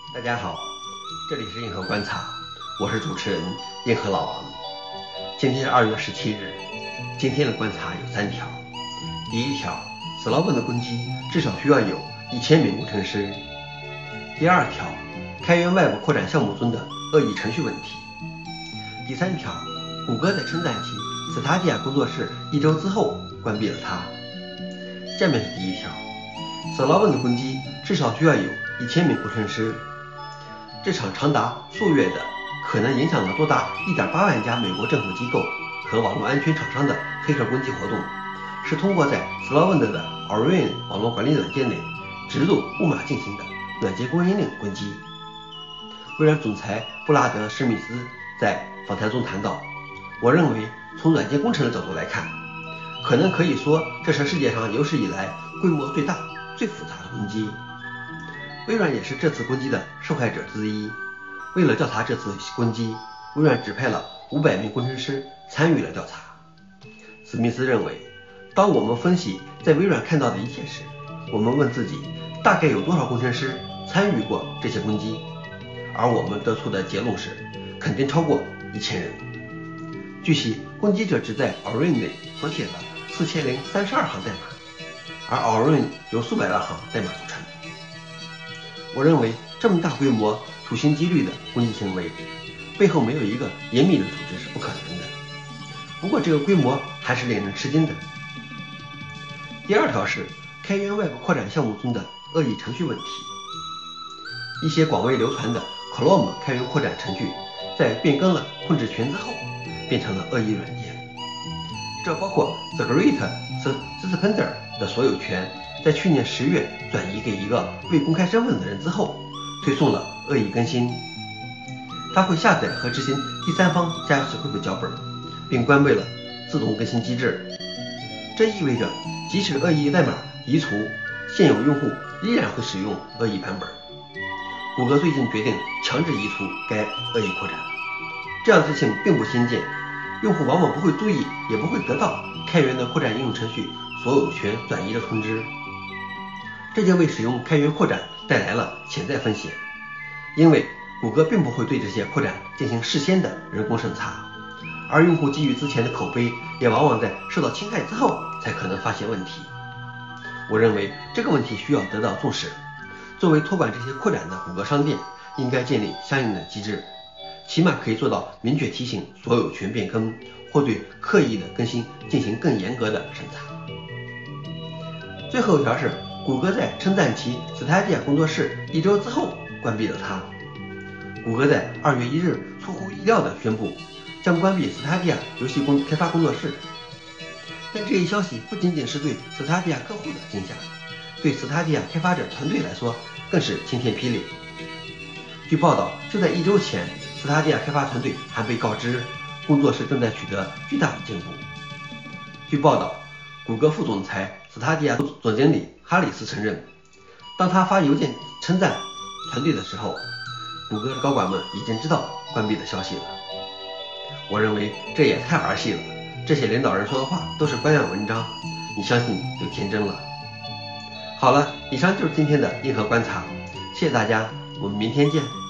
大家好，这里是硬核观察，我是主持人硬核老王。今天是2月17日，今天的观察有3条。第一条，斯劳文的攻击至少需要有1000名工程师。第二条，开源外部扩展项目中的恶意程序问题。第3条，谷歌在称赞其斯塔迪亚工作室1周之后关闭了它。下面是第一条，斯劳文的攻击至少需要有1000名工程师。这场长达数月的、可能影响了多达1.8万家美国政府机构和网络安全厂商的黑客攻击活动，是通过在斯劳文的 Orion 网络管理软件内植入木马进行的软件供应链攻击。微软总裁布拉德·史密斯在访谈中谈到，我认为从软件工程的角度来看，可能可以说这是世界上有史以来规模最大、最复杂的攻击。微软也是这次攻击的受害者之一。为了调查这次攻击，微软指派了500名工程师参与了调查。史密斯认为，当我们分析在微软看到的一切时，我们问自己大概有多少工程师参与过这些攻击，而我们得出的结论是肯定超过1000人。据悉，攻击者只在 Orion 内所写了4032行代码，而 Orion由数百万行代码组成。我认为这么大规模、处心积虑的攻击行为背后没有一个严密的组织是不可能的。不过这个规模还是令人吃惊的。第二条是开源外部扩展项目中的恶意程序问题。一些广为流传的 Chrome 开源扩展程序在变更了控制权之后变成了恶意软件，这包括 The Great Suspender 的所有权在去年10月转移给一个未公开身份的人之后推送了恶意更新。它会下载和执行第三方 JavaScript 脚本，并关闭了自动更新机制。这意味着即使恶意代码移除，现有用户依然会使用恶意版本。谷歌最近决定强制移除该恶意扩展，这样的事情并不新鲜，用户往往不会注意，也不会得到开源的扩展应用程序所有权转移的通知。这就为使用开源扩展带来了潜在风险，因为谷歌并不会对这些扩展进行事先的人工审查，而用户基于之前的口碑也往往在受到侵害之后才可能发现问题。我认为这个问题需要得到重视，作为托管这些扩展的谷歌商店应该建立相应的机制，起码可以做到明确提醒所有权变更，或对刻意的更新进行更严格的审查。最后一条是谷歌在称赞其斯塔迪亚工作室1周之后关闭了它。谷歌在2月1日出乎意料地宣布将关闭斯塔迪亚游戏开发工作室，但这一消息不仅仅是对斯塔迪亚客户的惊吓，对斯塔迪亚开发者团队来说更是晴天霹雳。据报道，就在1周前，斯塔迪亚开发团队还被告知工作室正在取得巨大的进步。据报道，谷歌副总裁斯塔迪亚总经理哈里斯承认，当他发邮件称赞团队的时候，谷歌的高管们已经知道关闭的消息了。我认为这也太儿戏了，这些领导人说的话都是官样文章，你相信就天真了。好了，以上就是今天的硬核观察，谢谢大家，我们明天见。